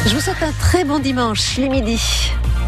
Je vous souhaite un très bon dimanche, les midis.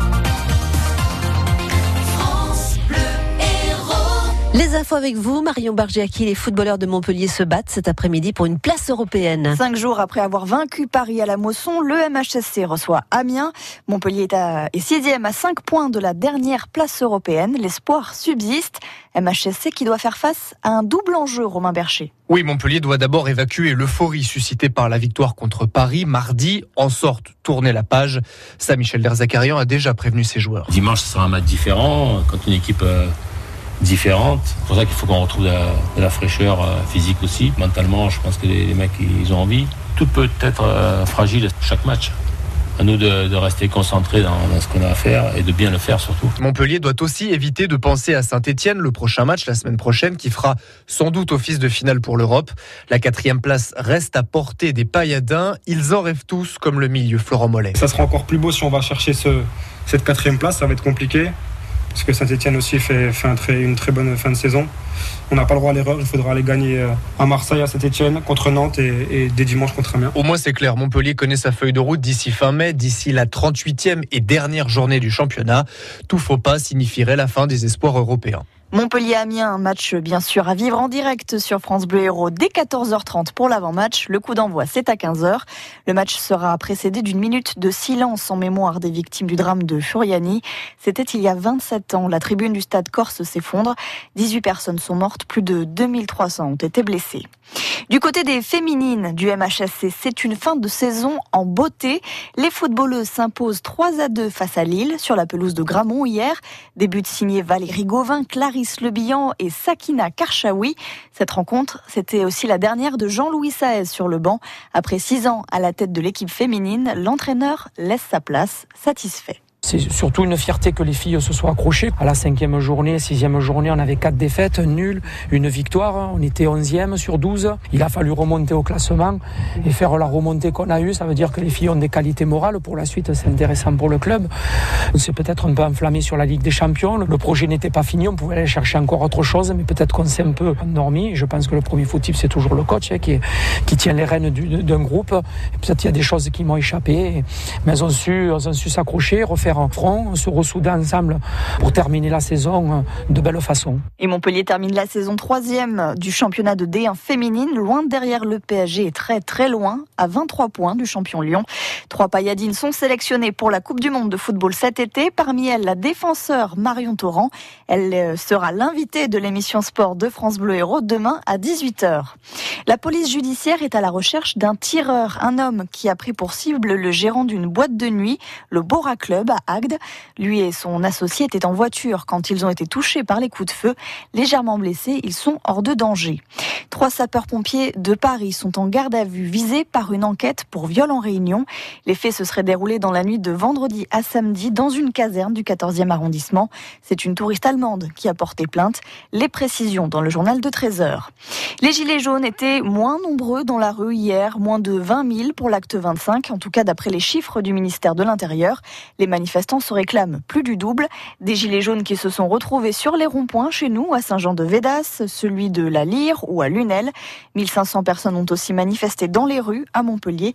Les infos avec vous, Marion Bargiaki. Les footballeurs de Montpellier se battent cet après-midi pour une place européenne. 5 jours après avoir vaincu Paris à la Mosson, le MHSC reçoit Amiens. Montpellier est 6e à 5 points de la dernière place européenne. L'espoir subsiste. MHSC qui doit faire face à un double enjeu, Romain Bercher. Oui, Montpellier doit d'abord évacuer l'euphorie suscitée par la victoire contre Paris mardi, en sorte tourner la page. Ça, Michel Derzakarian a déjà prévenu ses joueurs. Dimanche, ce sera un match différent, contre une équipe différente. C'est pour ça qu'il faut qu'on retrouve de la fraîcheur physique aussi. Mentalement, je pense que les mecs, ils ont envie. Tout peut être fragile chaque match. À nous de rester concentrés dans ce qu'on a à faire et de bien le faire surtout. Montpellier doit aussi éviter de penser à Saint-Etienne, le prochain match la semaine prochaine, qui fera sans doute office de finale pour l'Europe. La 4e place reste à portée des Payadins. Ils en rêvent tous, comme le milieu Florent Mollet. Ça sera encore plus beau si on va chercher cette 4e place. Ça va être compliqué. Parce que Saint-Etienne aussi fait une très bonne fin de saison. On n'a pas le droit à l'erreur, il faudra aller gagner à Marseille, à Saint-Etienne, contre Nantes et dès dimanche contre Amiens. Au moins c'est clair, Montpellier connaît sa feuille de route d'ici fin mai, d'ici la 38e et dernière journée du championnat. Tout faux pas signifierait la fin des espoirs européens. Montpellier-Amiens, un match bien sûr à vivre en direct sur France Bleu Héros dès 14h30 pour l'avant-match. Le coup d'envoi, c'est à 15h. Le match sera précédé d'une minute de silence en mémoire des victimes du drame de Furiani. C'était il y a 27 ans. La tribune du stade corse s'effondre. 18 personnes sont mortes, plus de 2300 ont été blessées. Du côté des féminines du MHSC, c'est une fin de saison en beauté. Les footballeuses s'imposent 3-2 face à Lille sur la pelouse de Gramont hier. Des buts signés Valérie Gauvin, Clarisse Lebihan et Sakina Karchaoui. Cette rencontre, c'était aussi la dernière de Jean-Louis Saez sur le banc. Après 6 ans à la tête de l'équipe féminine, l'entraîneur laisse sa place, satisfait. C'est surtout une fierté que les filles se soient accrochées. À la 5e journée, 6e journée, on avait 4 défaites, nul, une victoire. On était 11e sur 12. Il a fallu remonter au classement et faire la remontée qu'on a eue. Ça veut dire que les filles ont des qualités morales. Pour la suite, c'est intéressant pour le club. C'est peut-être un peu enflammé sur la Ligue des Champions. Le projet n'était pas fini. On pouvait aller chercher encore autre chose, mais peut-être qu'on s'est un peu endormi. Je pense que le premier fautif, c'est toujours le coach qui tient les rênes d'un groupe. Et peut-être qu'il y a des choses qui m'ont échappé, mais elles ont su s'accrocher, refaire un front, se ressouder ensemble pour terminer la saison de belle façon. Et Montpellier termine la saison 3e du championnat de D1 féminine, loin derrière le PSG et très très loin, à 23 points du champion Lyon. 3 Payadines sont sélectionnées pour la Coupe du Monde de football cet été. Parmi elles, la défenseur Marion Torrent. Elle sera l'invitée de l'émission Sport de France Bleu Héros demain à 18h. La police judiciaire est à la recherche d'un tireur, un homme qui a pris pour cible le gérant d'une boîte de nuit, le Bora Club à Agde. Lui et son associé étaient en voiture quand ils ont été touchés par les coups de feu. Légèrement blessés, ils sont hors de danger. 3 sapeurs-pompiers de Paris sont en garde à vue, visés par une enquête pour viol en réunion. Les faits se seraient déroulés dans la nuit de vendredi à samedi dans une caserne du 14e arrondissement. C'est une touriste allemande qui a porté plainte. Les précisions dans le journal de 13h. Les gilets jaunes étaient moins nombreux dans la rue hier, moins de 20 000 pour l'acte 25, en tout cas d'après les chiffres du ministère de l'Intérieur. Les manifestants se réclament plus du double. Des gilets jaunes qui se sont retrouvés sur les ronds-points chez nous, à Saint-Jean-de-Védas, celui de la Lyre ou à Lunel. 1500 personnes ont aussi manifesté dans les rues à Montpellier.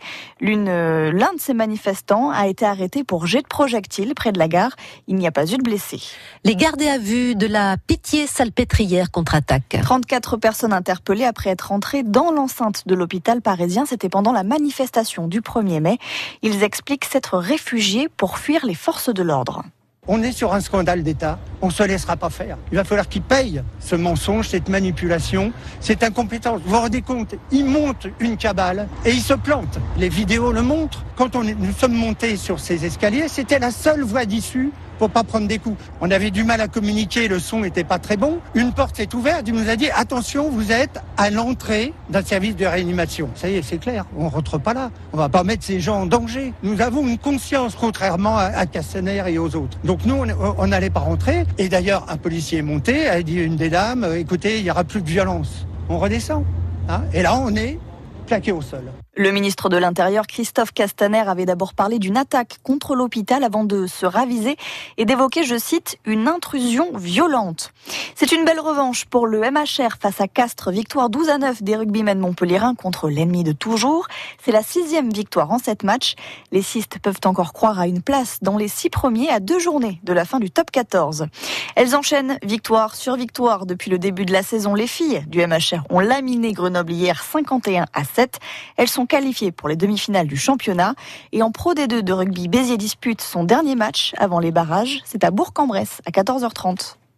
L'un de ces manifestants a été arrêté pour jet de projectiles près de la gare. Il n'y a pas eu de blessés. Les gardés à vue de la Pitié-Salpêtrière contre-attaque. 34 personnes interpellées après être entrées dans l'enceinte de l'hôpital parisien. C'était pendant la manifestation du 1er mai. Ils expliquent s'être réfugiés pour fuir les forces de l'ordre. On est sur un scandale d'État, on ne se laissera pas faire. Il va falloir qu'ils payent ce mensonge, cette manipulation, cette incompétence. Vous vous rendez compte, ils montent une cabale et ils se plantent. Les vidéos le montrent. Quand nous sommes montés sur ces escaliers, c'était la seule voie d'issue pour pas prendre des coups. On avait du mal à communiquer, le son n'était pas très bon. Une porte s'est ouverte, il nous a dit « Attention, vous êtes à l'entrée d'un service de réanimation ». Ça y est, c'est clair, on rentre pas là. On va pas mettre ces gens en danger. Nous avons une conscience, contrairement à Castaner et aux autres. Donc nous, on n'allait pas rentrer. Et d'ailleurs, un policier est monté, a dit à une des dames « Écoutez, il n'y aura plus de violence ». On redescend. Et là, on est plaqué au sol. Le ministre de l'Intérieur, Christophe Castaner, avait d'abord parlé d'une attaque contre l'hôpital avant de se raviser et d'évoquer, je cite, une intrusion violente. C'est une belle revanche pour le MHR face à Castres. Victoire 12-9 des rugbymen montpelliérains contre l'ennemi de toujours. C'est la 6e victoire en 7 matchs. Les Cistes peuvent encore croire à une place dans les 6 premiers à 2 journées de la fin du top 14. Elles enchaînent victoire sur victoire depuis le début de la saison. Les filles du MHR ont laminé Grenoble hier 51-7. Elles sont qualifiées pour les demi-finales du championnat. Et en Pro D2 de rugby, Béziers dispute son dernier match avant les barrages. C'est à Bourg-en-Bresse à 14h30.